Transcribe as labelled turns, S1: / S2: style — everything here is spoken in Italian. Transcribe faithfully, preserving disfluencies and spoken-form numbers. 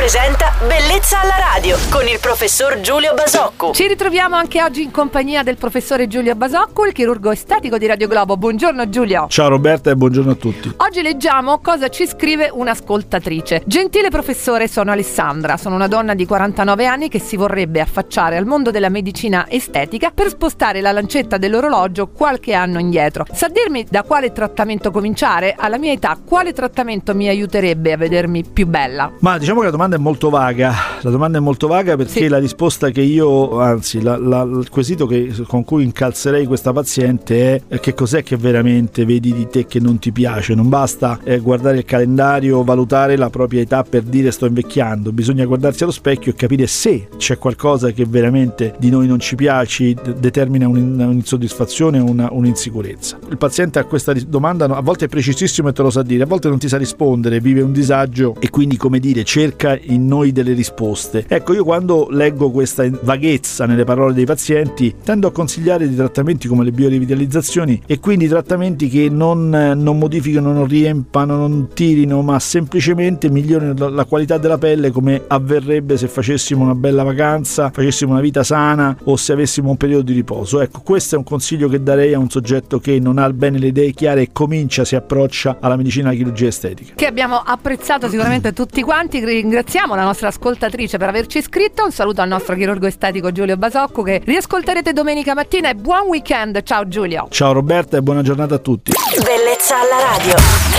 S1: presenta Bellezza alla radio con il professor Giulio Basocco.
S2: Ci ritroviamo anche oggi in compagnia del professore Giulio Basocco, il chirurgo estetico di Radio Globo. Buongiorno Giulio.
S3: Ciao Roberta e buongiorno a tutti.
S2: Oggi leggiamo cosa ci scrive un'ascoltatrice. Gentile professore, sono Alessandra, sono una donna di quarantanove anni che si vorrebbe affacciare al mondo della medicina estetica per spostare la lancetta dell'orologio qualche anno indietro. Sa dirmi da quale trattamento cominciare? Alla mia età quale trattamento mi aiuterebbe a vedermi più bella?
S3: Ma diciamo che la domanda è molto vaga. La domanda è molto vaga perché sì. La risposta che io, anzi la, la, il quesito che, con cui incalzerei questa paziente è che cos'è che veramente vedi di te che non ti piace. Non basta eh, guardare il calendario, valutare la propria età per dire sto invecchiando. Bisogna guardarsi allo specchio e capire se c'è qualcosa che veramente di noi non ci piace, determina un'insoddisfazione o una, un'insicurezza. Il paziente a questa domanda a volte è precisissimo e te lo sa dire, a volte non ti sa rispondere, vive un disagio e quindi, come dire, cerca in noi delle risposte. Ecco, io quando leggo questa vaghezza nelle parole dei pazienti tendo a consigliare di trattamenti come le biorivitalizzazioni e quindi trattamenti che non, non modificano, non riempano, non tirino, ma semplicemente migliorino la qualità della pelle, come avverrebbe se facessimo una bella vacanza, facessimo una vita sana o se avessimo un periodo di riposo. Ecco, questo è un consiglio che darei a un soggetto che non ha bene le idee chiare e comincia, si approccia alla medicina e alla chirurgia estetica.
S2: Che abbiamo apprezzato sicuramente tutti quanti. Ringraziamo la nostra ascoltatrice per averci iscritto. Un saluto al nostro chirurgo estetico Giulio Basocco, che riascolterete domenica mattina, e buon weekend. Ciao Giulio.
S3: Ciao Roberta e buona giornata a tutti.
S1: Bellezza alla radio.